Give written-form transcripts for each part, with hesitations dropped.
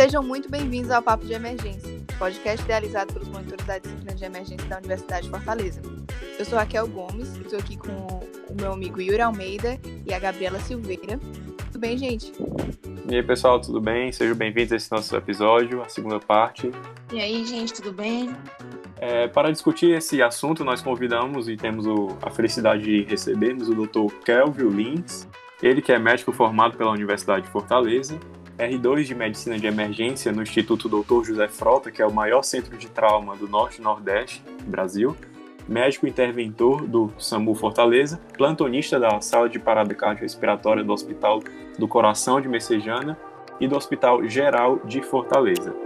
Sejam muito bem-vindos ao Papo de Emergência, podcast idealizado pelos monitores da disciplina de emergência da Universidade de Fortaleza. Eu sou Raquel Gomes e estou aqui com o meu amigo Yuri Almeida e a Gabriela Silveira. Tudo bem, gente? E aí, pessoal, tudo bem? Sejam bem-vindos a esse nosso episódio, a segunda parte. E aí, gente, tudo bem? Para discutir esse assunto, nós convidamos e temos a felicidade de recebermos o Dr. Kelvio Lins, ele que é médico formado pela Universidade de Fortaleza, R2 de Medicina de Emergência no Instituto Dr. José Frota, que é o maior centro de trauma do Norte e Nordeste do Brasil, médico interventor do SAMU Fortaleza, plantonista da Sala de Parada Cardiorrespiratória do Hospital do Coração de Messejana e do Hospital Geral de Fortaleza.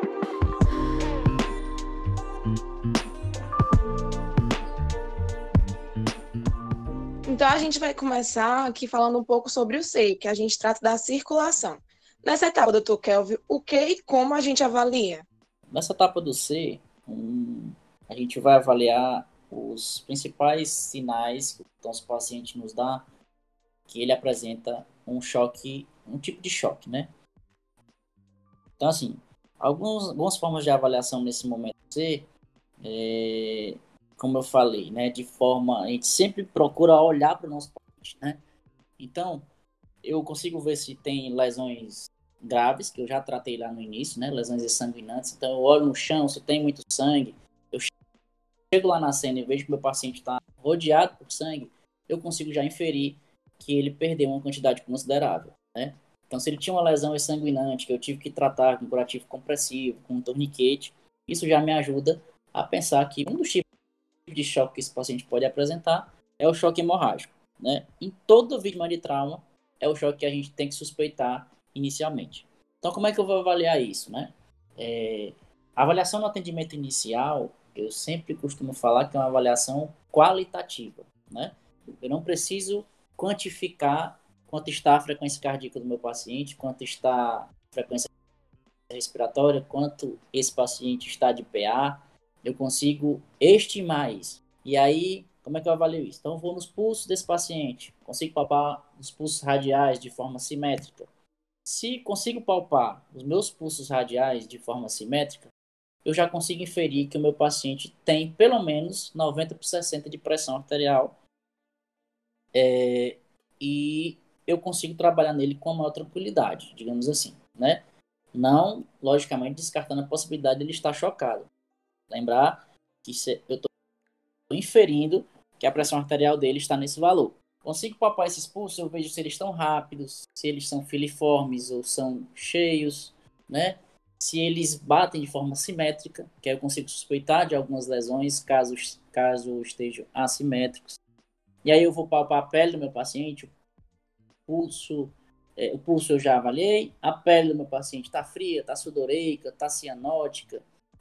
Então, a gente vai começar aqui falando um pouco sobre o SEI, que a gente trata da circulação. Nessa etapa, doutor Kelvio, o que e como a gente avalia? Nessa etapa do SEI, a gente vai avaliar os principais sinais que o nosso paciente nos dá, que ele apresenta um choque, um tipo de choque, né? Então, assim, algumas formas de avaliação nesse momento do SEI, como eu falei, né? De forma, a gente sempre procura olhar para o nosso paciente, né? Então, eu consigo ver se tem lesões graves, que eu já tratei lá no início, né? Lesões exsanguinantes. Então, eu olho no chão, se tem muito sangue. Eu chego lá na cena e vejo que meu paciente está rodeado por sangue, eu consigo já inferir que ele perdeu uma quantidade considerável, né? Então, se ele tinha uma lesão exsanguinante, que eu tive que tratar com curativo compressivo, com um torniquete, isso já me ajuda a pensar que um dos tipos de choque que esse paciente pode apresentar é o choque hemorrágico, né? Em toda vítima de trauma, é o choque que a gente tem que suspeitar inicialmente. Então, como é que eu vou avaliar isso, né? A avaliação no atendimento inicial, eu sempre costumo falar que é uma avaliação qualitativa, né? Eu não preciso quantificar quanto está a frequência cardíaca do meu paciente, quanto está a frequência respiratória, quanto esse paciente está de PA. Eu consigo estimar isso. E aí, como é que eu avalio isso? Então, eu vou nos pulsos desse paciente, consigo palpar os pulsos radiais de forma simétrica. Se consigo palpar os meus pulsos radiais de forma simétrica, eu já consigo inferir que o meu paciente tem pelo menos 90/60 de pressão arterial e eu consigo trabalhar nele com a maior tranquilidade, digamos assim, né? Não, logicamente, descartando a possibilidade de ele estar chocado. Lembrar que eu estou inferindo que a pressão arterial dele está nesse valor. Consigo palpar esses pulsos, eu vejo se eles estão rápidos, se eles são filiformes ou são cheios, né? Se eles batem de forma simétrica, que aí eu consigo suspeitar de algumas lesões, caso estejam assimétricos. E aí eu vou palpar a pele do meu paciente, o pulso eu já avaliei, a pele do meu paciente está fria, está sudoreica, está cianótica.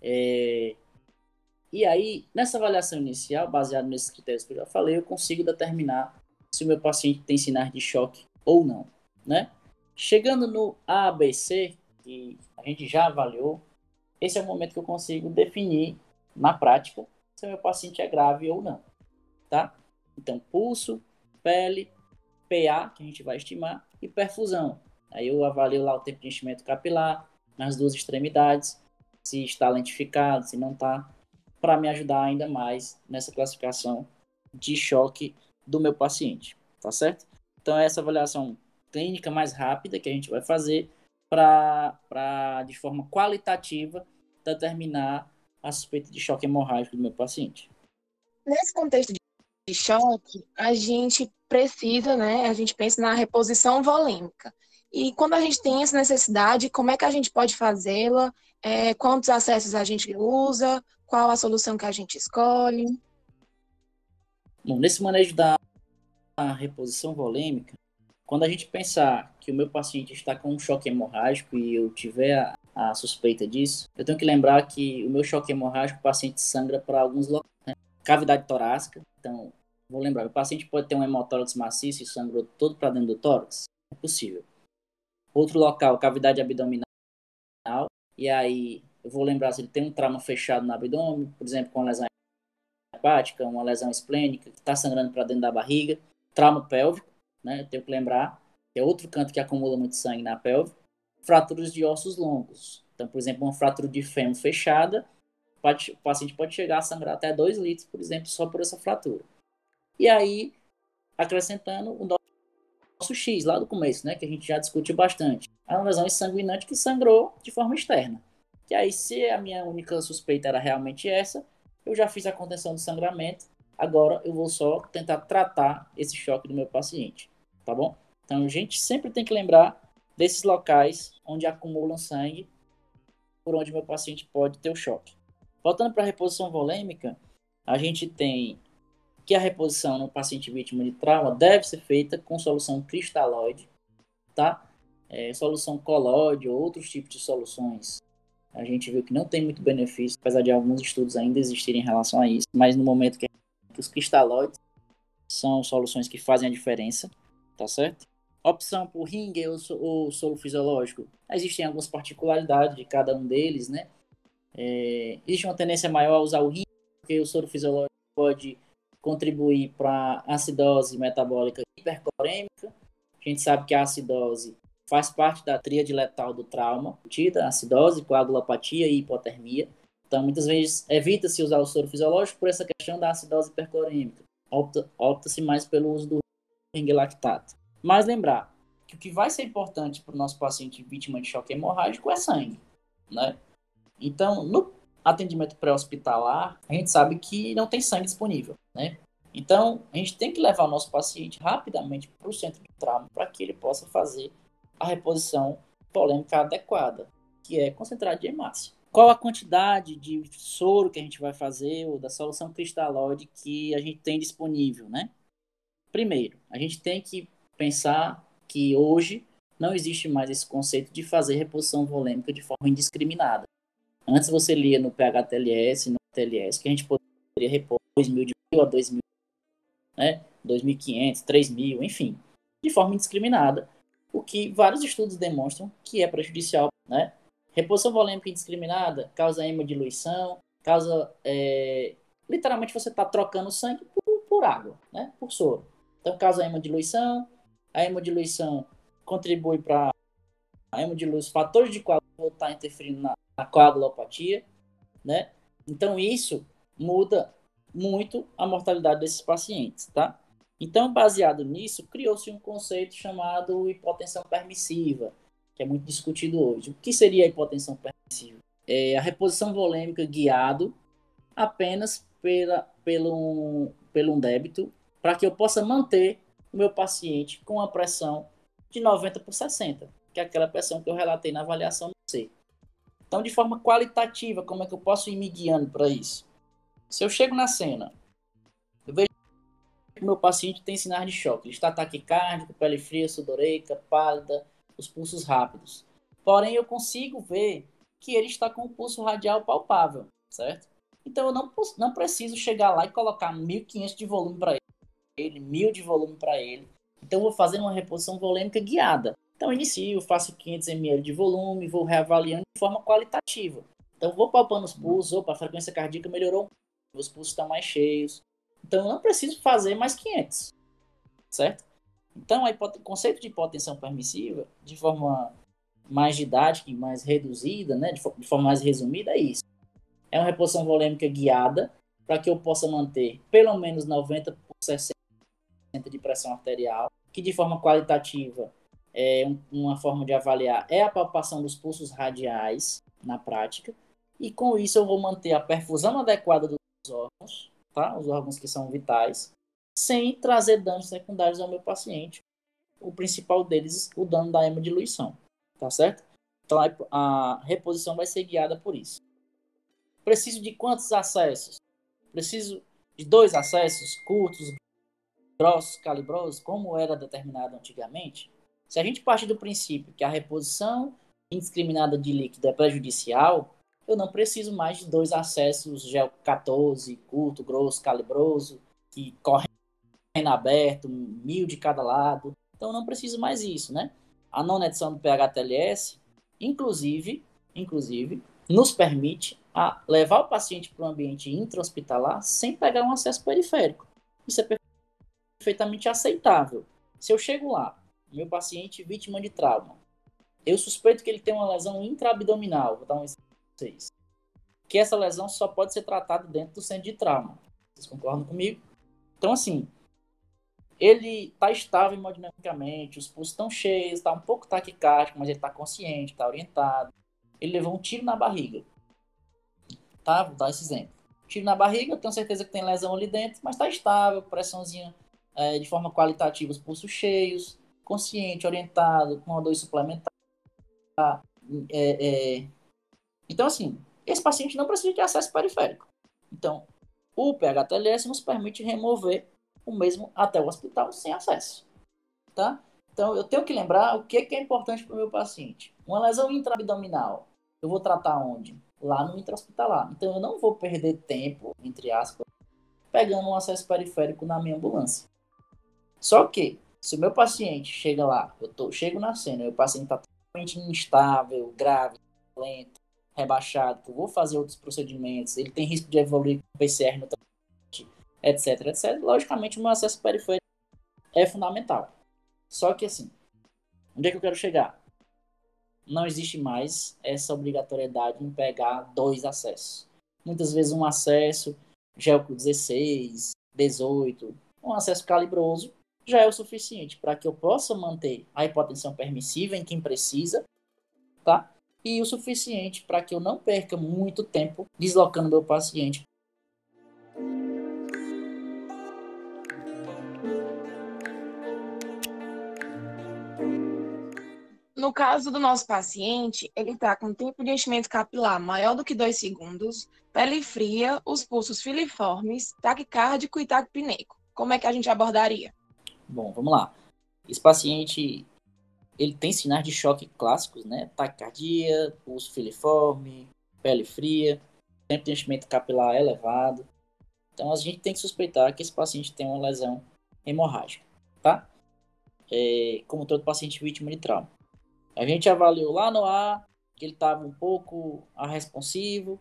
E aí, nessa avaliação inicial, baseado nesses critérios que eu já falei, eu consigo determinar se o meu paciente tem sinais de choque ou não, né? Chegando no ABC, que a gente já avaliou, esse é o momento que eu consigo definir, na prática, se o meu paciente é grave ou não, tá? Então, pulso, pele, PA, que a gente vai estimar, e perfusão. Aí eu avalio lá o tempo de enchimento capilar, nas duas extremidades, se está lentificado, se não está, para me ajudar ainda mais nessa classificação de choque do meu paciente, tá certo? Então, essa avaliação clínica mais rápida que a gente vai fazer para, de forma qualitativa, determinar a suspeita de choque hemorrágico do meu paciente. Nesse contexto de choque, a gente precisa, né? A gente pensa na reposição volêmica. E quando a gente tem essa necessidade, como é que a gente pode fazê-la? Quantos acessos a gente usa? Qual a solução que a gente escolhe? Bom, nesse manejo da reposição volêmica, quando a gente pensar que o meu paciente está com um choque hemorrágico e eu tiver a suspeita disso, eu tenho que lembrar que o meu choque hemorrágico, o paciente sangra para alguns locais, né? Cavidade torácica, então, vou lembrar, o paciente pode ter um hemotórax maciço e sangrou todo para dentro do tórax? É possível. Outro local, cavidade abdominal, e aí eu vou lembrar se ele tem um trauma fechado no abdômen, por exemplo, com uma lesão hepática, uma lesão esplênica, que está sangrando para dentro da barriga, trauma pélvico, né? Eu tenho que lembrar que é outro canto que acumula muito sangue na pelve. fraturas de ossos longos. Então, por exemplo, uma fratura de fêmur fechada, o paciente pode chegar a sangrar até 2 litros, por exemplo, só por essa fratura. E aí, acrescentando o nosso X lá do começo, né, que a gente já discutiu bastante. É uma lesão sanguinante que sangrou de forma externa. E aí, se a minha única suspeita era realmente essa, eu já fiz a contenção do sangramento, agora eu vou só tentar tratar esse choque do meu paciente, tá bom? Então, a gente sempre tem que lembrar desses locais onde acumulam sangue, por onde meu paciente pode ter o choque. Voltando para a reposição volêmica, a gente tem que a reposição no paciente vítima de trauma deve ser feita com solução cristalóide, tá? Solução colóide ou outros tipos de soluções. A gente viu que não tem muito benefício, apesar de alguns estudos ainda existirem em relação a isso, mas no momento que os cristalóides são soluções que fazem a diferença, tá certo? Opção por ringue ou solo fisiológico, existem algumas particularidades de cada um deles, né? Existe uma tendência maior a usar o ringue, porque o soro fisiológico pode contribuir para a acidose metabólica hipercorêmica. A gente sabe que a acidose faz parte da tríade letal do trauma, acidose, coagulopatia e hipotermia. Então, muitas vezes, evita-se usar o soro fisiológico por essa questão da acidose hipercorêmica. Opta-se mais pelo uso do ringue lactato. Mas lembrar que o que vai ser importante para o nosso paciente vítima de choque hemorrágico é sangue, né? Então, no atendimento pré-hospitalar, a gente sabe que não tem sangue disponível, né? Então, a gente tem que levar o nosso paciente rapidamente para o centro de trauma para que ele possa fazer a reposição volêmica adequada, que é concentrado de hemácia. Qual a quantidade de soro que a gente vai fazer ou da solução cristalóide que a gente tem disponível, né? Primeiro, a gente tem que pensar que hoje não existe mais esse conceito de fazer reposição volêmica de forma indiscriminada. Antes você lia no PHTLS, no TLS, que a gente poderia repor 2.000 a 2.000, né? 2.500, 3.000, enfim, de forma indiscriminada, o que vários estudos demonstram que é prejudicial, né? Reposição volêmica indiscriminada causa hemodiluição, causa... literalmente você está trocando sangue por água, né? Por soro. Então causa hemodiluição, a hemodiluição contribui para a hemodiluição, os fatores de coagulação vão estar interferindo na coagulopatia, né? Então isso muda muito a mortalidade desses pacientes, tá? Então, baseado nisso, criou-se um conceito chamado hipotensão permissiva, que é muito discutido hoje. O que seria a hipotensão permissiva? É a reposição volêmica guiado apenas pelo um débito, para que eu possa manter o meu paciente com a pressão de 90/60, que é aquela pressão que eu relatei na avaliação do C. Então, de forma qualitativa, como é que eu posso ir me guiando para isso? Se eu chego na cena, eu vejo que o meu paciente tem sinais de choque. Ele está taquicárdico, pele fria, sudoreica, pálida, os pulsos rápidos. Porém, eu consigo ver que ele está com o pulso radial palpável, certo? Então, eu não preciso chegar lá e colocar 1.500 de volume para ele, 1.000 de volume para ele. Então, eu vou fazer uma reposição volêmica guiada. Então, inicio, faço 500 ml de volume, vou reavaliando de forma qualitativa. Então, vou palpando os pulsos, opa, a frequência cardíaca melhorou, os pulsos estão mais cheios. Então, eu não preciso fazer mais 500, certo? Então, o conceito de hipotensão permissiva, de forma mais didática e mais reduzida, né, de forma mais resumida, é isso. É uma reposição volêmica guiada para que eu possa manter pelo menos 90/60 de pressão arterial, que de forma qualitativa uma forma de avaliar é a palpação dos pulsos radiais na prática, e com isso eu vou manter a perfusão adequada dos órgãos, tá? Os órgãos que são vitais, sem trazer danos secundários ao meu paciente. O principal deles, o dano da hemodiluição, tá certo? Então a reposição vai ser guiada por isso. Preciso de quantos acessos? Preciso de 2 acessos curtos, grossos, calibrosos, como era determinado antigamente? Se a gente partir do princípio que a reposição indiscriminada de líquido é prejudicial, eu não preciso mais de 2 acessos gel 14, curto, grosso, calibroso, que correm aberto, 1.000 de cada lado. Então, eu não preciso mais isso, né? A não edição do PHTLS, inclusive, nos permite levar o paciente para um ambiente intra-hospitalar sem pegar um acesso periférico. Isso é perfeitamente aceitável. Se eu chego lá, meu paciente vítima de trauma, eu suspeito que ele tem uma lesão intraabdominal. Vou dar um exemplo para vocês. Que essa lesão só pode ser tratada dentro do centro de trauma. Vocês concordam comigo? Então, assim, ele está estável hemodinamicamente, os pulsos estão cheios, está um pouco taquicárdico, mas ele está consciente, está orientado. Ele levou um tiro na barriga. Tá? Vou dar esse exemplo. Tiro na barriga, eu tenho certeza que tem lesão ali dentro, mas está estável, pressãozinha de forma qualitativa, os pulsos cheios, consciente, orientado, com uma dor suplementar. Então, assim, esse paciente não precisa de acesso periférico. Então, o PHTLS nos permite remover o mesmo até o hospital sem acesso. Tá? Então, eu tenho que lembrar o que é importante para o meu paciente. Uma lesão intraabdominal, eu vou tratar onde? Lá no intra-hospitalar. Então, eu não vou perder tempo, entre aspas, pegando um acesso periférico na minha ambulância. Só que, se o meu paciente chega lá, chego na cena, e o paciente está totalmente instável, grave, lento, rebaixado, que eu vou fazer outros procedimentos, ele tem risco de evoluir com PCR no tratamento, etc, etc. Logicamente, o meu acesso periférico é fundamental. Só que, assim, onde é que eu quero chegar? Não existe mais essa obrigatoriedade em pegar 2 acessos. Muitas vezes um acesso gel com 16, 18, um acesso calibroso já é o suficiente para que eu possa manter a hipotensão permissiva em quem precisa, tá? E o suficiente para que eu não perca muito tempo deslocando meu paciente. No caso do nosso paciente, ele está com tempo de enchimento capilar maior do que 2 segundos, pele fria, os pulsos filiformes, taquicárdico e taquipneico. Como é que a gente abordaria? Bom, vamos lá. Esse paciente, ele tem sinais de choque clássicos, né? Taquicardia, pulso filiforme, pele fria, tempo de enchimento capilar elevado. Então, a gente tem que suspeitar que esse paciente tem uma lesão hemorrágica, tá? Como todo paciente vítima de trauma. A gente avaliou lá no ar que ele estava um pouco arresponsivo,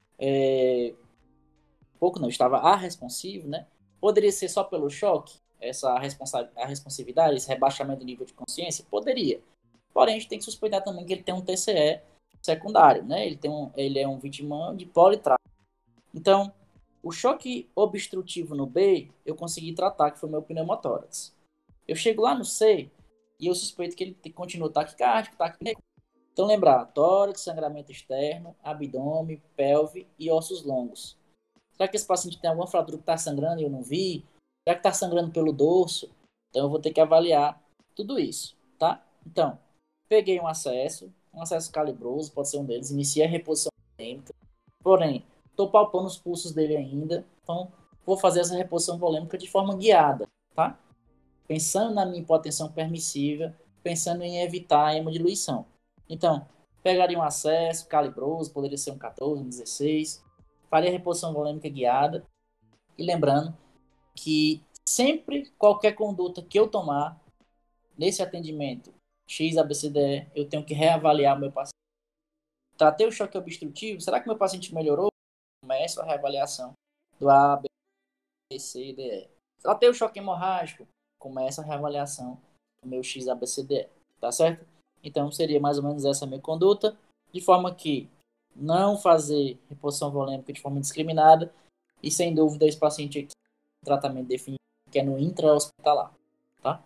estava arresponsivo, né? Poderia ser só pelo choque, essa responsividade, esse rebaixamento do nível de consciência? Poderia. Porém, a gente tem que suspeitar também que ele tem um TCE secundário, né? Ele é um vítima de politrauma. Então, o choque obstrutivo no B, eu consegui tratar, que foi meu pneumotórax. Eu chego lá no C e eu suspeito que ele continua taquicárdico, taquipneico. Então, lembrar, tórax, sangramento externo, abdômen, pelve e ossos longos. Será que esse paciente tem alguma fratura que está sangrando e eu não vi? Será que está sangrando pelo dorso? Então, eu vou ter que avaliar tudo isso, tá? Então, peguei um acesso calibroso, pode ser um deles, iniciei a reposição volêmica. Porém, estou palpando os pulsos dele ainda, então vou fazer essa reposição volêmica de forma guiada, tá? Pensando na minha hipotensão permissiva, pensando em evitar a hemodiluição. Então, pegaria um acesso calibroso, poderia ser um 14, um 16, faria a reposição volêmica guiada, e lembrando que sempre, qualquer conduta que eu tomar nesse atendimento X, ABCDE, eu tenho que reavaliar o meu paciente. Tratei o choque obstrutivo, será que meu paciente melhorou? Começo a reavaliação do A, B, C, D, E. Tratei o choque hemorrágico, começa a reavaliação do meu X, ABCDE, tá certo? Então, seria mais ou menos essa a minha conduta, de forma que não fazer reposição volêmica de forma indiscriminada e, sem dúvida, esse paciente aqui, tratamento definido, que é no intra-hospitalar, tá?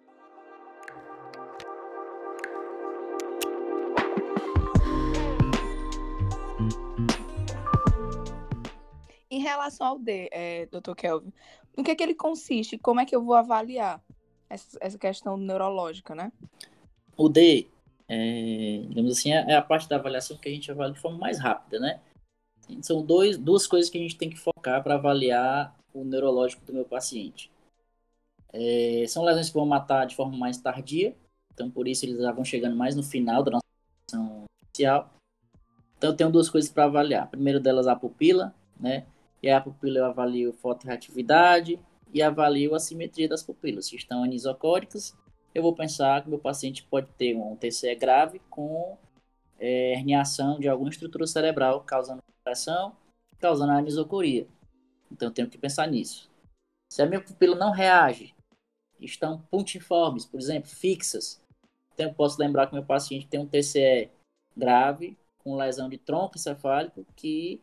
Em relação ao D, Dr. Kelvin, no que ele consiste? Como é que eu vou avaliar essa questão neurológica, né? O D, digamos assim, é a parte da avaliação que a gente avalia de forma mais rápida, né? São duas coisas que a gente tem que focar para avaliar o neurológico do meu paciente. São lesões que vão matar de forma mais tardia, então por isso eles já vão chegando mais no final da nossa avaliação inicial. Então eu tenho 2 coisas para avaliar. A primeira delas a pupila, né? E a pupila eu avalio fotorreatividade e avalio a simetria das pupilas. Se estão anisocóricas, eu vou pensar que meu paciente pode ter um TCE grave com herniação de alguma estrutura cerebral, causando compressão, causando anisocoria. Então eu tenho que pensar nisso. Se a minha pupila não reage, estão puntiformes, por exemplo, fixas, Então, eu posso lembrar que meu paciente tem um TCE grave, com lesão de tronco encefálico, que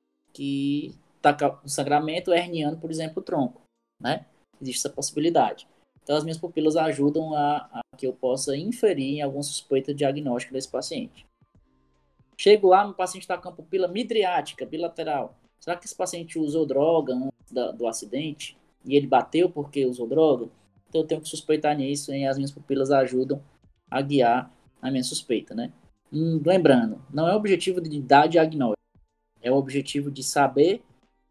está com sangramento herniando, por exemplo, o tronco, né? Existe essa possibilidade. Então, as minhas pupilas ajudam a que eu possa inferir em alguma suspeita diagnóstica desse paciente. Chego lá, meu paciente está com a pupila midriática, bilateral. Será que esse paciente usou droga antes do acidente? E ele bateu porque usou droga? Então, eu tenho que suspeitar nisso e as minhas pupilas ajudam a guiar a minha suspeita, né? Lembrando, não é o objetivo de dar diagnóstico, é o objetivo de saber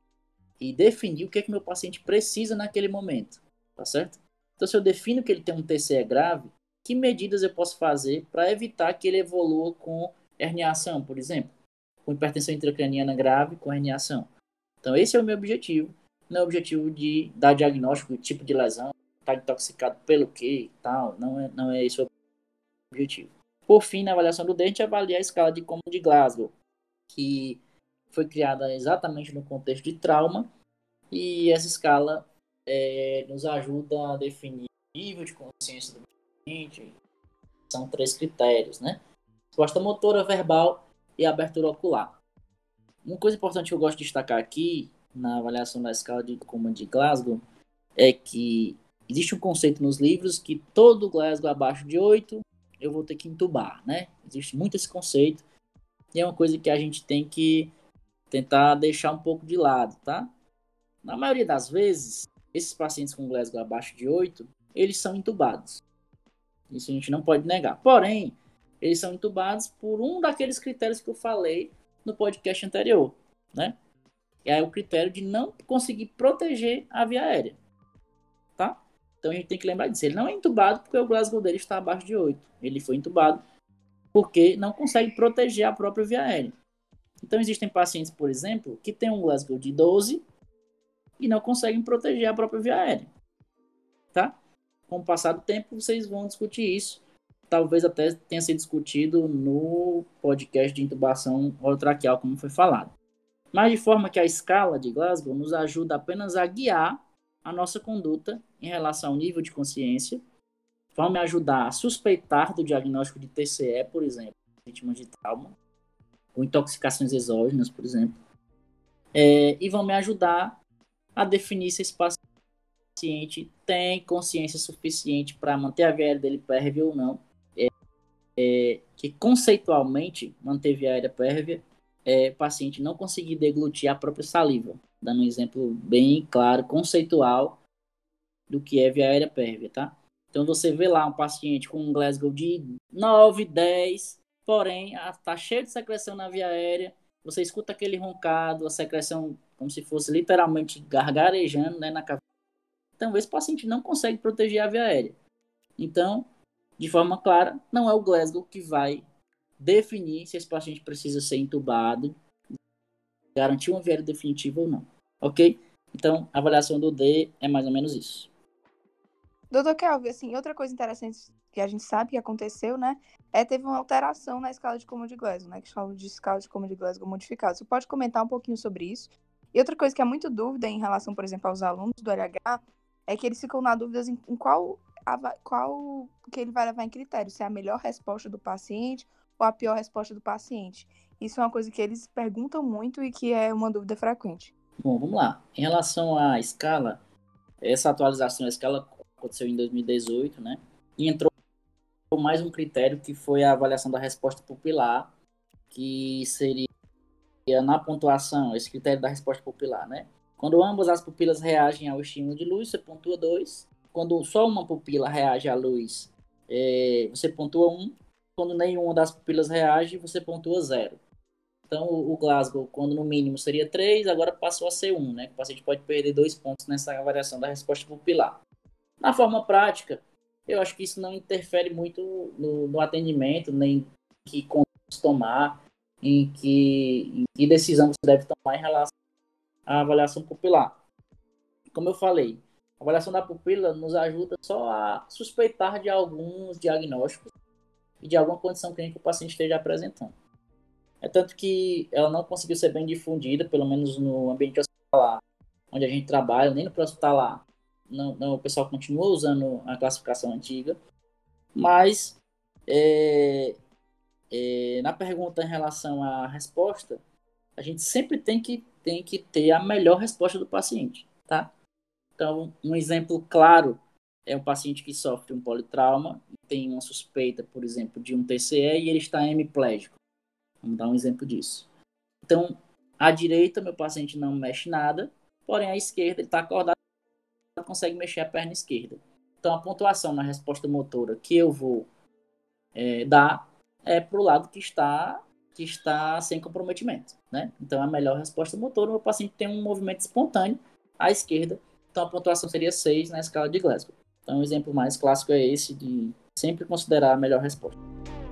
e definir o que é que meu paciente precisa naquele momento, tá certo? Então, se eu defino que ele tem um TCE grave, que medidas eu posso fazer para evitar que ele evolua com herniação, por exemplo, com hipertensão intracraniana grave com herniação. Então, esse é o meu objetivo, não é o objetivo de dar diagnóstico do tipo de lesão, está intoxicado pelo quê e tal, não é esse o objetivo. Por fim, na avaliação do dente, avalia a escala de Common de Glasgow, que foi criada exatamente no contexto de trauma, e essa escala nos ajuda a definir o nível de consciência do paciente. São 3 critérios, né? Resposta motora, verbal e abertura ocular. Uma coisa importante que eu gosto de destacar aqui, na avaliação da escala de Common de Glasgow, é que existe um conceito nos livros que todo Glasgow abaixo de 8, eu vou ter que entubar, né? Existe muito esse conceito, e é uma coisa que a gente tem que tentar deixar um pouco de lado, tá? Na maioria das vezes, esses pacientes com Glasgow abaixo de 8, eles são entubados. Isso a gente não pode negar. Porém, eles são entubados por um daqueles critérios que eu falei no podcast anterior, né? É o critério de não conseguir proteger a via aérea, tá? Então a gente tem que lembrar disso. Ele não é entubado porque o Glasgow dele está abaixo de 8. Ele foi entubado porque não consegue proteger a própria via aérea. Então existem pacientes, por exemplo, que têm um Glasgow de 12 e não conseguem proteger a própria via aérea, tá? Com o passar do tempo, vocês vão discutir isso. Talvez até tenha sido discutido no podcast de intubação orotraqueal, como foi falado. Mas de forma que a escala de Glasgow nos ajuda apenas a guiar a nossa conduta em relação ao nível de consciência, vão me ajudar a suspeitar do diagnóstico de TCE, por exemplo, vítimas de trauma, ou intoxicações exógenas, por exemplo, e vão me ajudar a definir se esse paciente tem consciência suficiente para manter a via aérea dele pérvia ou não, que conceitualmente manter via aérea pérvia o paciente não conseguir deglutir a própria saliva, dando um exemplo bem claro, conceitual do que é via aérea pérvia, tá? Então você vê lá um paciente com um Glasgow de 9, 10, porém está cheio de secreção na via aérea, você escuta aquele roncado, a secreção como se fosse literalmente gargarejando, né, na cabeça. Então esse paciente não consegue proteger a via aérea. Então, de forma clara, não é o Glasgow que vai definir se esse paciente precisa ser entubado, garantir uma via aérea definitiva ou não. Ok? Então, a avaliação do D é mais ou menos isso. Doutor Kelvin, assim, outra coisa interessante que a gente sabe que aconteceu, né, teve uma alteração na escala de Common de Glasgow, né, que chama de escala de Common de Glasgow modificada. Você pode comentar um pouquinho sobre isso? E outra coisa que é muito dúvida em relação, por exemplo, aos alunos do LH, é que eles ficam na dúvida em qual que ele vai levar em critério, se é a melhor resposta do paciente ou a pior resposta do paciente. Isso é uma coisa que eles perguntam muito e que é uma dúvida frequente. Bom, vamos lá. Em relação à escala, essa atualização da escala aconteceu em 2018, né? E entrou mais um critério que foi a avaliação da resposta pupilar, que seria na pontuação, esse critério da resposta pupilar, né? Quando ambas as pupilas reagem ao estímulo de luz, você pontua 2. Quando só uma pupila reage à luz, você pontua 1. Quando nenhuma das pupilas reage, você pontua 0. Então, o Glasgow, quando no mínimo seria 3, agora passou a ser 1, né? O paciente pode perder 2 pontos nessa avaliação da resposta pupilar. Na forma prática, eu acho que isso não interfere muito no atendimento, nem que condutas tomar, em que decisão você deve tomar em relação à avaliação pupilar. Como eu falei, a avaliação da pupila nos ajuda só a suspeitar de alguns diagnósticos e de alguma condição clínica que o paciente esteja apresentando. É tanto que ela não conseguiu ser bem difundida, pelo menos no ambiente hospitalar, onde a gente trabalha, nem no pré-hospitalar. Não, o pessoal continua usando a classificação antiga, mas Na pergunta em relação à resposta, a gente sempre tem que ter a melhor resposta do paciente, tá? Então, um exemplo claro é um paciente que sofre um politrauma, tem uma suspeita, por exemplo, de um TCE e ele está hemiplégico. Vamos dar um exemplo disso. Então, à direita, meu paciente não mexe nada, porém à esquerda ele está acordado e consegue mexer a perna esquerda. Então, a pontuação na resposta motora que eu vou dar é para o lado que está sem comprometimento, né? Então, a melhor resposta motora, o meu paciente tem um movimento espontâneo à esquerda, então a pontuação seria 6 na escala de Glasgow. Então, o exemplo mais clássico é esse de sempre considerar a melhor resposta.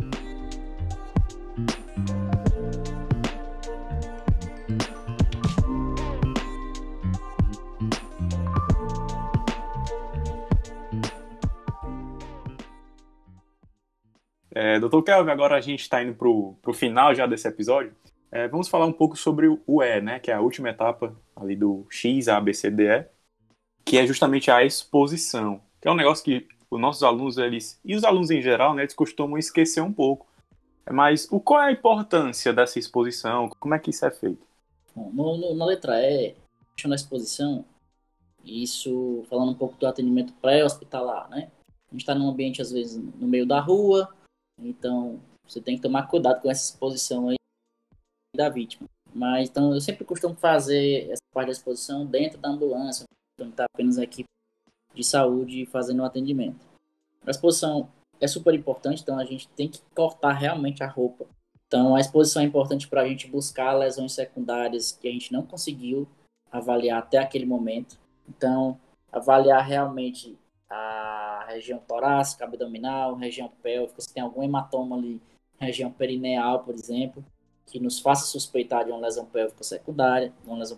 Dr. Kelvin, agora a gente está indo para o final já desse episódio. Vamos falar um pouco sobre o E, né, que é a última etapa ali do X, A, B, C, D, E, que é justamente a exposição, que é um negócio que os nossos alunos, e os alunos em geral, né, eles costumam esquecer um pouco. Mas qual é a importância dessa exposição? Como é que isso é feito? Bom, na letra E, na exposição, isso falando um pouco do atendimento pré-hospitalar, né? A gente está num ambiente, às vezes, no meio da rua, então você tem que tomar cuidado com essa exposição aí da vítima. Mas, então, eu sempre costumo fazer essa parte da exposição dentro da ambulância, então está apenas a equipe de saúde fazendo o atendimento. A exposição é super importante, então a gente tem que cortar realmente a roupa. Então, a exposição é importante para a gente buscar lesões secundárias que a gente não conseguiu avaliar até aquele momento. Então, avaliar realmente a região torácica, abdominal, região pélvica, se tem algum hematoma ali, região perineal, por exemplo, que nos faça suspeitar de uma lesão pélvica secundária,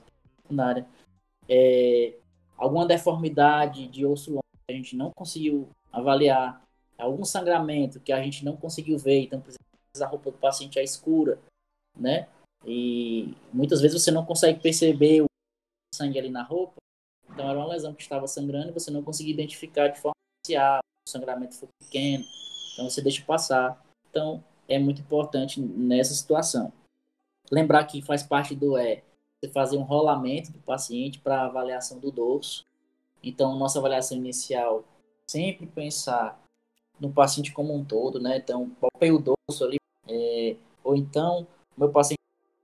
alguma deformidade de osso longo que a gente não conseguiu avaliar, algum sangramento que a gente não conseguiu ver, então, por exemplo, a roupa do paciente é escura, né? E muitas vezes você não consegue perceber o sangue ali na roupa, então era uma lesão que estava sangrando e você não conseguia identificar de forma inicial, o sangramento foi pequeno, então você deixa passar. Então, é muito importante nessa situação. Lembrar que faz parte do você fazer um rolamento do paciente para avaliação do dorso. Então, nossa avaliação inicial, sempre pensar no paciente como um todo, né? Então, palpei o dorso ali, ou então, meu paciente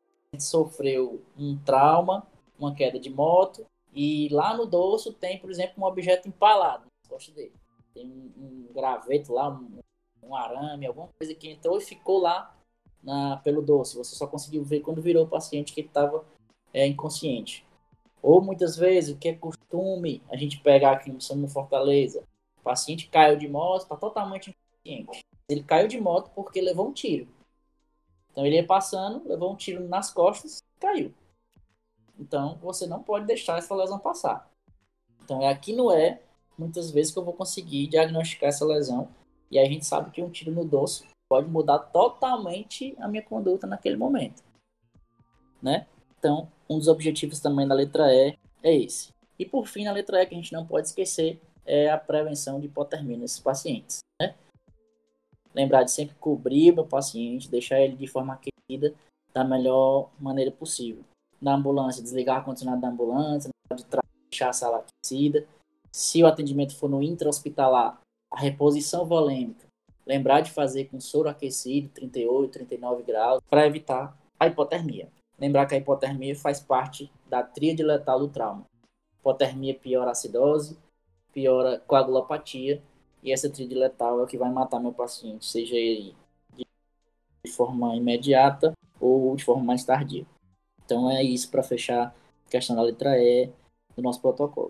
sofreu um trauma, uma queda de moto, e lá no dorso tem, por exemplo, um objeto empalado nas costas dele. Tem um graveto lá, um arame, alguma coisa que entrou e ficou lá pelo dorso. Você só conseguiu ver quando virou o paciente que ele estava inconsciente. Ou muitas vezes, o que é costume, a gente pegar aqui no Fortaleza, o paciente caiu de moto, está totalmente inconsciente. Ele caiu de moto porque levou um tiro. Então ele ia passando, levou um tiro nas costas e caiu. Então você não pode deixar essa lesão passar. Então é aqui no muitas vezes que eu vou conseguir diagnosticar essa lesão. E aí a gente sabe que um tiro no dorso pode mudar totalmente a minha conduta naquele momento, né? Então, um dos objetivos também da letra E é esse. E por fim, na letra E, que a gente não pode esquecer, é a prevenção de hipotermia nesses pacientes, né? Lembrar de sempre cobrir o meu paciente, deixar ele de forma aquecida da melhor maneira possível. Na ambulância, desligar o ar-condicionado da ambulância, na hora de deixar a sala aquecida. Se o atendimento for no intra-hospitalar, a reposição volêmica, lembrar de fazer com soro aquecido, 38, 39 graus, para evitar a hipotermia. Lembrar que a hipotermia faz parte da tríade letal do trauma. Hipotermia piora a acidose, piora a coagulopatia, e essa tríade letal é o que vai matar meu paciente, seja ele de forma imediata ou de forma mais tardia. Então é isso para fechar a questão da letra E do nosso protocolo.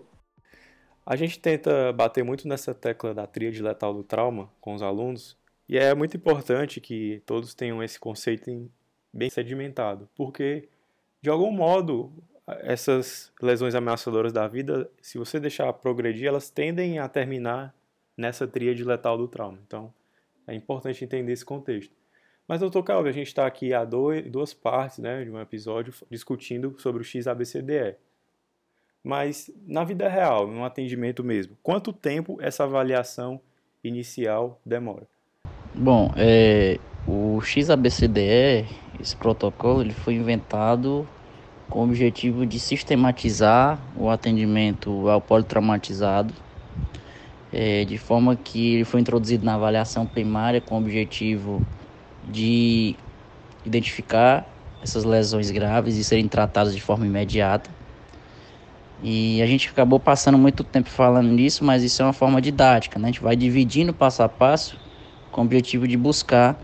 A gente tenta bater muito nessa tecla da tríade letal do trauma com os alunos, e é muito importante que todos tenham esse conceito bem sedimentado, porque, de algum modo, essas lesões ameaçadoras da vida, se você deixar progredir, elas tendem a terminar nessa tríade letal do trauma. Então, é importante entender esse contexto. Mas, doutor Calvi, a gente está aqui há duas partes, né, de um episódio discutindo sobre o XABCDE. Mas, na vida real, no atendimento mesmo, quanto tempo essa avaliação inicial demora? Bom, o XABCDE, esse protocolo, ele foi inventado com o objetivo de sistematizar o atendimento ao politraumatizado, de forma que ele foi introduzido na avaliação primária com o objetivo de identificar essas lesões graves e serem tratadas de forma imediata. E a gente acabou passando muito tempo falando nisso, mas isso é uma forma didática, né? A gente vai dividindo passo a passo com o objetivo de buscar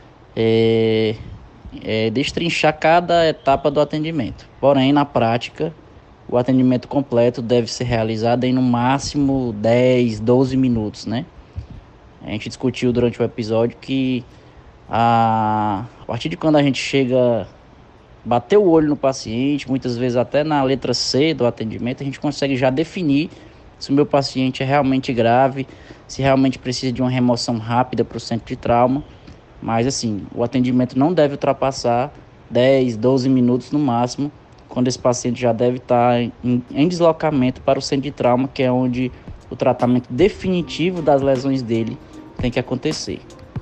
destrinchar cada etapa do atendimento. Porém, na prática, o atendimento completo deve ser realizado em no máximo 10, 12 minutos, né? A gente discutiu durante o episódio que a partir de quando a gente chega, bater o olho no paciente, muitas vezes até na letra C do atendimento, a gente consegue já definir se o meu paciente é realmente grave, se realmente precisa de uma remoção rápida para o centro de trauma. Mas assim, o atendimento não deve ultrapassar 10, 12 minutos no máximo, quando esse paciente já deve estar em deslocamento para o centro de trauma, que é onde o tratamento definitivo das lesões dele tem que acontecer.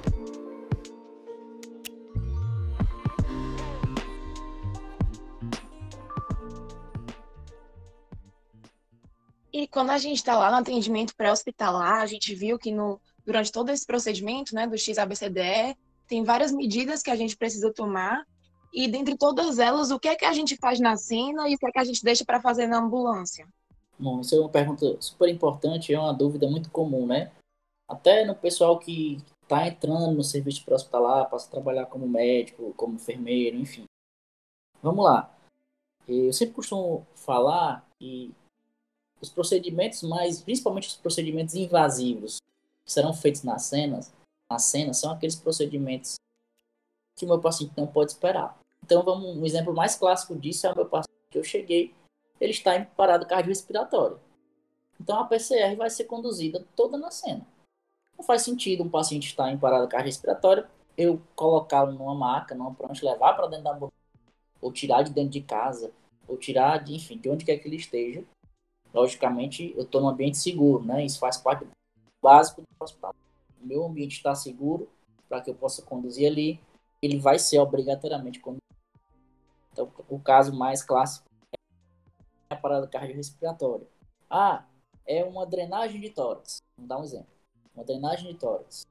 E quando a gente está lá no atendimento pré-hospitalar, a gente viu que durante todo esse procedimento, né, do XABCDE, tem várias medidas que a gente precisa tomar, e dentre todas elas, o que é que a gente faz na cena e o que é que a gente deixa para fazer na ambulância? Bom, isso é uma pergunta super importante, é uma dúvida muito comum, né? Até no pessoal que está entrando no serviço pré-hospitalar, passa a trabalhar como médico, como enfermeiro, enfim. Vamos lá. Eu sempre costumo falar que os procedimentos principalmente os procedimentos invasivos que serão feitos na cena, são aqueles procedimentos que o meu paciente não pode esperar. Então, um exemplo mais clássico disso é o meu paciente que eu cheguei, ele está em parada cardiorrespiratória. Então, a PCR vai ser conduzida toda na cena. Não faz sentido um paciente estar em parada cardiorrespiratória, eu colocá-lo numa maca, numa prancha, levar para dentro da ambulância, ou tirar de dentro de casa, ou tirar de onde quer que ele esteja. Logicamente, eu estou num ambiente seguro, né? Isso faz parte básico do hospital. O meu ambiente está seguro para que eu possa conduzir ali. Ele vai ser obrigatoriamente conduzido. Então, o caso mais clássico é a parada cardiorrespiratória. É uma drenagem de tórax. Vamos dar um exemplo. Uma drenagem de tórax.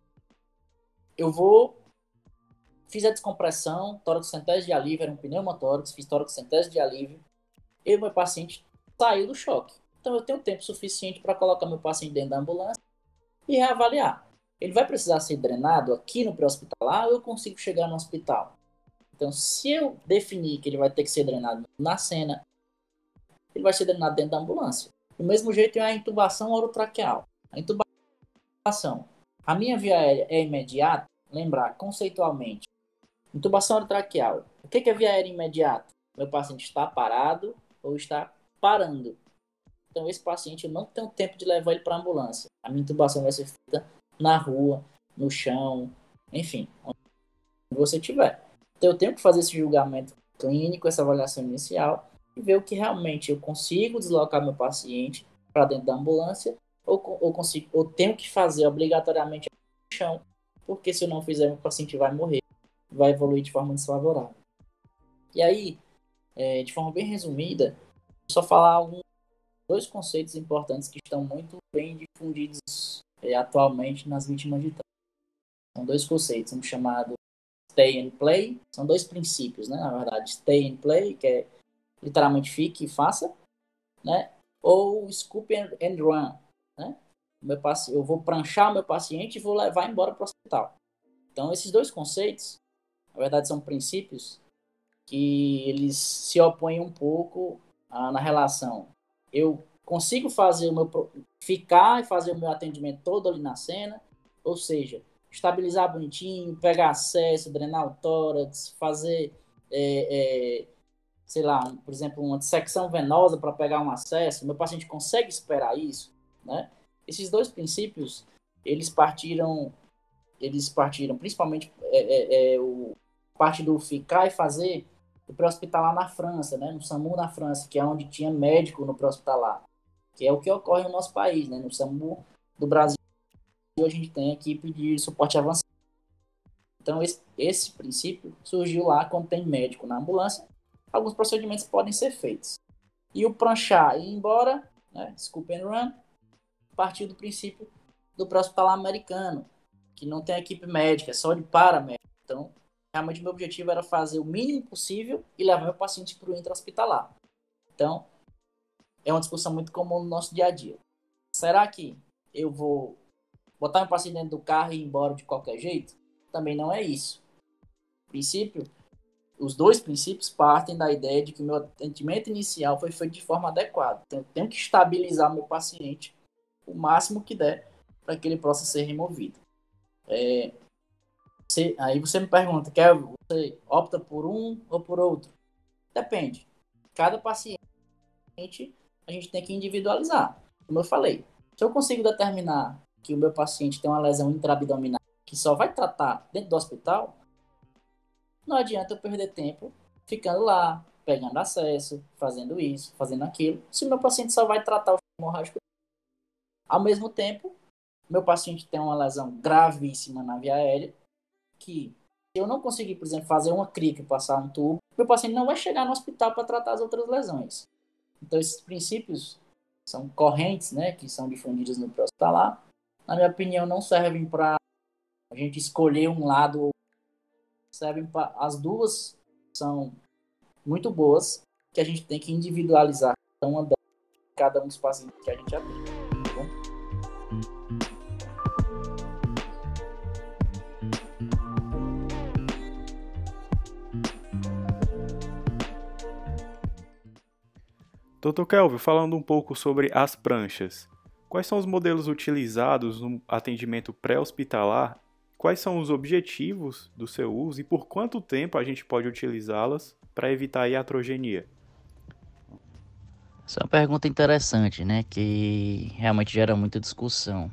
Fiz a descompressão, tórax-centese de alívio, era um pneumotórax, fiz tórax-centese de alívio, e o meu paciente saiu do choque. Então, eu tenho tempo suficiente para colocar meu paciente dentro da ambulância e reavaliar. Ele vai precisar ser drenado aqui no pré-hospitalar ou eu consigo chegar no hospital? Então, se eu definir que ele vai ter que ser drenado na cena, ele vai ser drenado dentro da ambulância. Do mesmo jeito, é a intubação orotraqueal. A intubação, a minha via aérea é imediata? Lembrar, conceitualmente, intubação orotraqueal. O que é via aérea imediata? Meu paciente está parado ou está parando. Então, esse paciente, eu não tenho tempo de levar ele para a ambulância. A minha intubação vai ser feita na rua, no chão, enfim, onde você estiver. Então, eu tenho que fazer esse julgamento clínico, essa avaliação inicial, e ver o que realmente eu consigo deslocar meu paciente para dentro da ambulância ou tenho que fazer obrigatoriamente no chão, porque se eu não fizer, meu paciente vai morrer, vai evoluir de forma desfavorável. E aí, de forma bem resumida, só falar dois conceitos importantes que estão muito bem difundidos atualmente nas vítimas de trauma. São dois conceitos, um chamado stay and play, são dois princípios, né? Na verdade, stay and play, que é literalmente fique e faça, né? Ou scoop and run, né? Eu vou pranchar o meu paciente e vou levar embora para o hospital. Então, esses dois conceitos, na verdade, são princípios que eles se opõem um pouco na relação. Eu consigo ficar e fazer o meu atendimento todo ali na cena, ou seja, estabilizar bonitinho, pegar acesso, drenar o tórax, fazer, sei lá, por exemplo, uma dissecção venosa para pegar um acesso. Meu paciente consegue esperar isso, né? Esses dois princípios, eles partiram principalmente parte do ficar e fazer do pré-hospitalar na França, né? No SAMU na França, que é onde tinha médico no pré-hospitalar, que é o que ocorre no nosso país, né? No SAMU do Brasil, a gente tem equipe de suporte avançado. Então, esse princípio surgiu lá quando tem médico na ambulância. Alguns procedimentos podem ser feitos. E o pranchar e ir embora, né, scoop and run, partiu do princípio do pré-hospitalar americano, que não tem equipe médica, é só de paramédico. Então, realmente meu objetivo era fazer o mínimo possível e levar meu paciente para o intra-hospitalar. Então, é uma discussão muito comum no nosso dia a dia. Será que eu vou botar meu paciente dentro do carro e ir embora de qualquer jeito? Também não é isso. Os dois princípios partem da ideia de que o meu atendimento inicial foi feito de forma adequada. Então, eu tenho que estabilizar o meu paciente o máximo que der para que ele possa ser removido. Aí você me pergunta, você opta por um ou por outro? Depende. Cada paciente a gente tem que individualizar. Como eu falei, se eu consigo determinar que o meu paciente tem uma lesão intraabdominal que só vai tratar dentro do hospital, não adianta eu perder tempo ficando lá, pegando acesso, fazendo isso, fazendo aquilo, se o meu paciente só vai tratar o hemorrágico. Ao mesmo tempo, meu paciente tem uma lesão gravíssima na via aérea, que se eu não conseguir, por exemplo, fazer uma crica e passar um tubo, meu paciente não vai chegar no hospital para tratar as outras lesões. Então, esses princípios são correntes, né, que são difundidos no pré-hospitalar. Na minha opinião, não servem para a gente escolher um lado. Servem para as duas, são muito boas, que a gente tem que individualizar cada um dos pacientes que a gente atende. Tá bom? Dr. Kelvin, falando um pouco sobre as pranchas. Quais são os modelos utilizados no atendimento pré-hospitalar? Quais são os objetivos do seu uso e por quanto tempo a gente pode utilizá-las para evitar a iatrogenia? Essa é uma pergunta interessante, né? Que realmente gera muita discussão.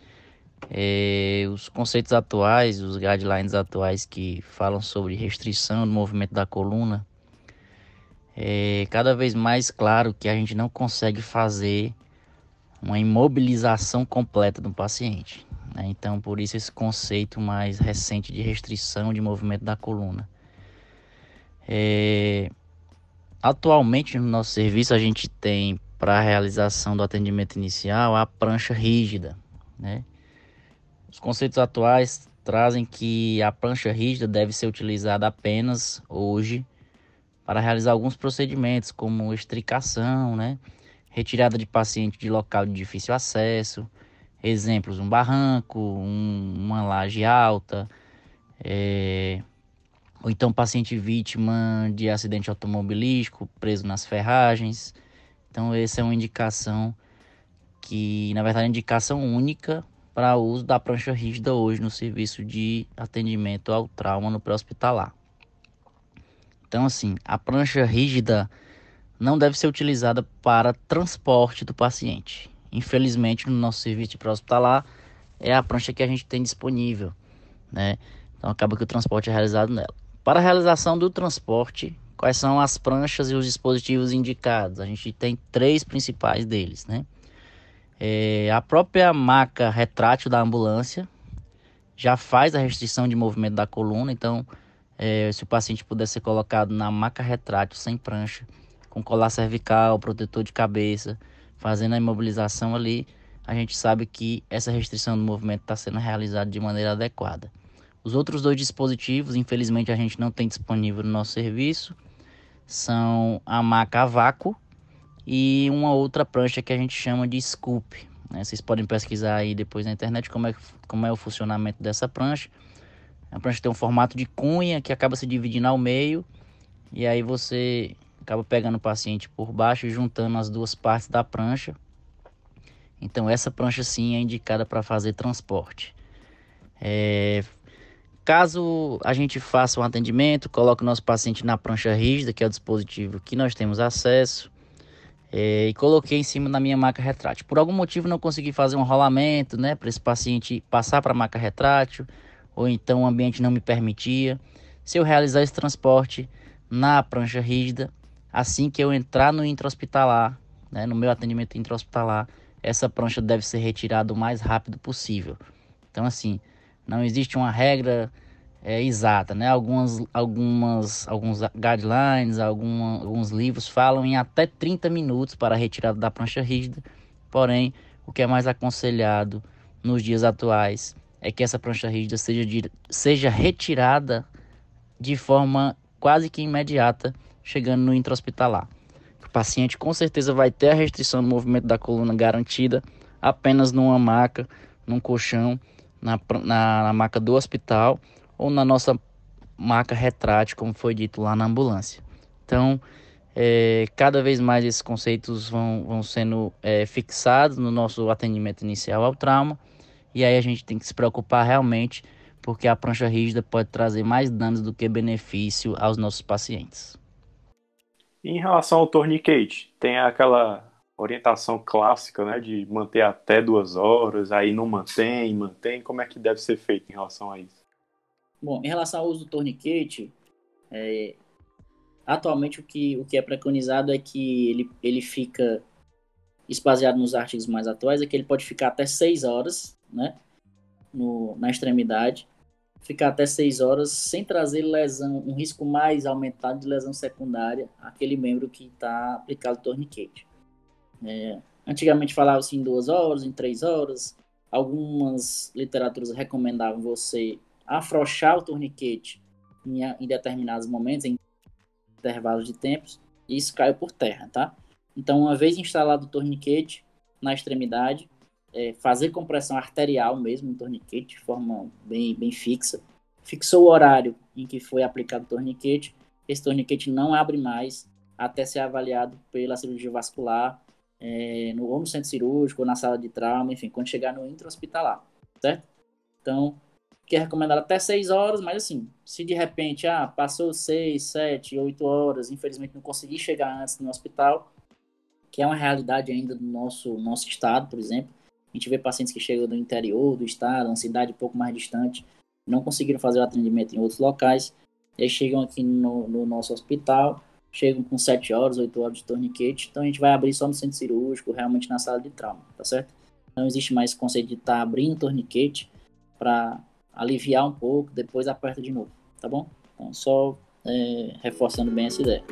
Os conceitos atuais, os guidelines atuais que falam sobre restrição do movimento da coluna, é cada vez mais claro que a gente não consegue fazer uma imobilização completa do paciente, né? Então, por isso esse conceito mais recente de restrição de movimento da coluna. Atualmente no nosso serviço a gente tem para a realização do atendimento inicial a prancha rígida, né? Os conceitos atuais trazem que a prancha rígida deve ser utilizada apenas hoje para realizar alguns procedimentos como extricação, né? Retirada de paciente de local de difícil acesso, exemplos, um barranco, uma laje alta, ou então paciente vítima de acidente automobilístico, preso nas ferragens. Então essa é uma indicação que, na verdade, é indicação única para o uso da prancha rígida hoje no serviço de atendimento ao trauma no pré-hospitalar. Então, assim, a prancha rígida não deve ser utilizada para transporte do paciente. Infelizmente, no nosso serviço de pré-hospitalar, é a prancha que a gente tem disponível, né? Então, acaba que o transporte é realizado nela. Para a realização do transporte, quais são as pranchas e os dispositivos indicados? A gente tem 3 principais deles, né? A própria maca retrátil da ambulância já faz a restrição de movimento da coluna, então se o paciente puder ser colocado na maca retrátil sem prancha, com colar cervical, protetor de cabeça, fazendo a imobilização ali, a gente sabe que essa restrição do movimento está sendo realizada de maneira adequada. Os outros 2 dispositivos, infelizmente a gente não tem disponível no nosso serviço, são a maca a vácuo e uma outra prancha que a gente chama de scoop, né? Vocês podem pesquisar aí depois na internet como é o funcionamento dessa prancha. A prancha tem um formato de cunha que acaba se dividindo ao meio, e aí você acaba pegando o paciente por baixo e juntando as 2 partes da prancha. Então essa prancha sim é indicada para fazer transporte. Caso a gente faça um atendimento, coloque o nosso paciente na prancha rígida, que é o dispositivo que nós temos acesso, e coloquei em cima da minha maca retrátil. Por algum motivo não consegui fazer um rolamento, né, para esse paciente passar para a maca retrátil, ou então o ambiente não me permitia. Se eu realizar esse transporte na prancha rígida, assim que eu entrar no intra-hospitalar, né, no meu atendimento intra-hospitalar, essa prancha deve ser retirada o mais rápido possível. Então, assim, não existe uma regra exata, né? Alguns guidelines, alguns livros falam em até 30 minutos para a retirada da prancha rígida, porém, o que é mais aconselhado nos dias atuais é que essa prancha rígida seja retirada de forma quase que imediata, chegando no intra-hospitalar. O paciente com certeza vai ter a restrição do movimento da coluna garantida apenas numa maca, num colchão, na maca do hospital ou na nossa maca retrátil, como foi dito lá na ambulância. Então, cada vez mais esses conceitos vão sendo fixados no nosso atendimento inicial ao trauma, e aí a gente tem que se preocupar realmente, porque a prancha rígida pode trazer mais danos do que benefício aos nossos pacientes. Em relação ao tourniquet, tem aquela orientação clássica, né, de manter até 2 horas, aí não mantém, como é que deve ser feito em relação a isso? Bom, em relação ao uso do tourniquet, atualmente o que é preconizado é que ele fica, isso baseado nos artigos mais atuais, é que ele pode ficar até 6 horas, né, na extremidade, ficar até 6 horas sem trazer lesão, um risco mais aumentado de lesão secundária àquele membro que está aplicado o tourniquet. Antigamente falava-se em 2 horas, em 3 horas, algumas literaturas recomendavam você afrouxar o tourniquet em determinados momentos, em intervalos de tempos, e isso caiu por terra, tá? Então, uma vez instalado o tourniquet na extremidade, fazer compressão arterial mesmo no tourniquet, de forma bem fixa. Fixou o horário em que foi aplicado o tourniquet, esse tourniquet não abre mais até ser avaliado pela cirurgia vascular, ou no centro cirúrgico, ou na sala de trauma, enfim, quando chegar no intra-hospitalar, certo? Então, que é recomendado até 6 horas, mas assim, se de repente, passou 6, 7, 8 horas, infelizmente não consegui chegar antes no hospital, que é uma realidade ainda do nosso estado, por exemplo. A gente vê pacientes que chegam do interior do estado, uma cidade um pouco mais distante, não conseguiram fazer o atendimento em outros locais, e aí chegam aqui no nosso hospital, chegam com 7 horas, 8 horas de tourniquet, então a gente vai abrir só no centro cirúrgico, realmente na sala de trauma, tá certo? Não existe mais esse conceito de estar abrindo tourniquet para aliviar um pouco, depois aperta de novo, tá bom? Então, só reforçando bem essa ideia.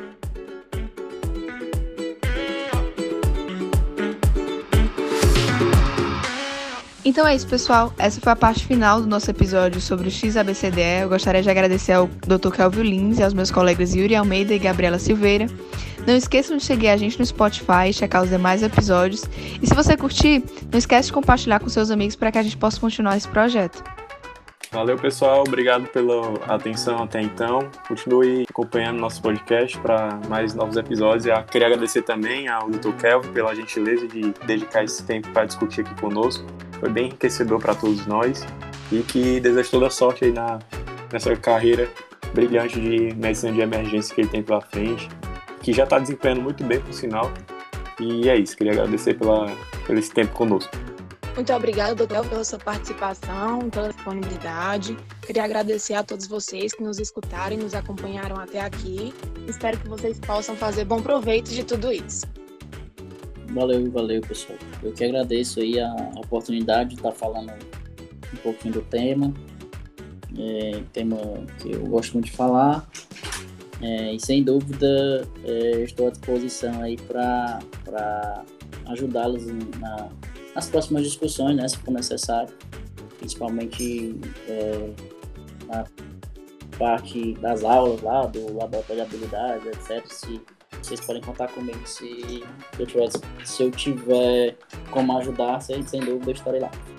Então é isso, pessoal. Essa foi a parte final do nosso episódio sobre o XABCDE. Eu gostaria de agradecer ao Dr. Kelvio Lins e aos meus colegas Yuri Almeida e Gabriela Silveira. Não esqueçam de seguir a gente no Spotify e checar os demais episódios. E se você curtir, não esquece de compartilhar com seus amigos para que a gente possa continuar esse projeto. Valeu, pessoal. Obrigado pela atenção até então. Continue acompanhando nosso podcast para mais novos episódios. Eu queria agradecer também ao Dr. Kelvin pela gentileza de dedicar esse tempo para discutir aqui conosco. Foi bem enriquecedor para todos nós e que desejo toda sorte aí nessa carreira brilhante de medicina de emergência que ele tem pela frente, que já está desempenhando muito bem, por sinal. E é isso. Queria agradecer pelo esse tempo conosco. Muito obrigada, doutor, pela sua participação, pela disponibilidade. Queria agradecer a todos vocês que nos escutaram e nos acompanharam até aqui. Espero que vocês possam fazer bom proveito de tudo isso. Valeu, pessoal. Eu que agradeço aí a oportunidade de estar falando um pouquinho do tema. Tema que eu gosto muito de falar. E sem dúvida, estou à disposição aí para ajudá-los nas próximas discussões, né, se for necessário, principalmente na parte das aulas lá, do laboratório de habilidades, etc. Se vocês podem contar comigo se eu tiver como ajudar, sem dúvida eu estarei lá.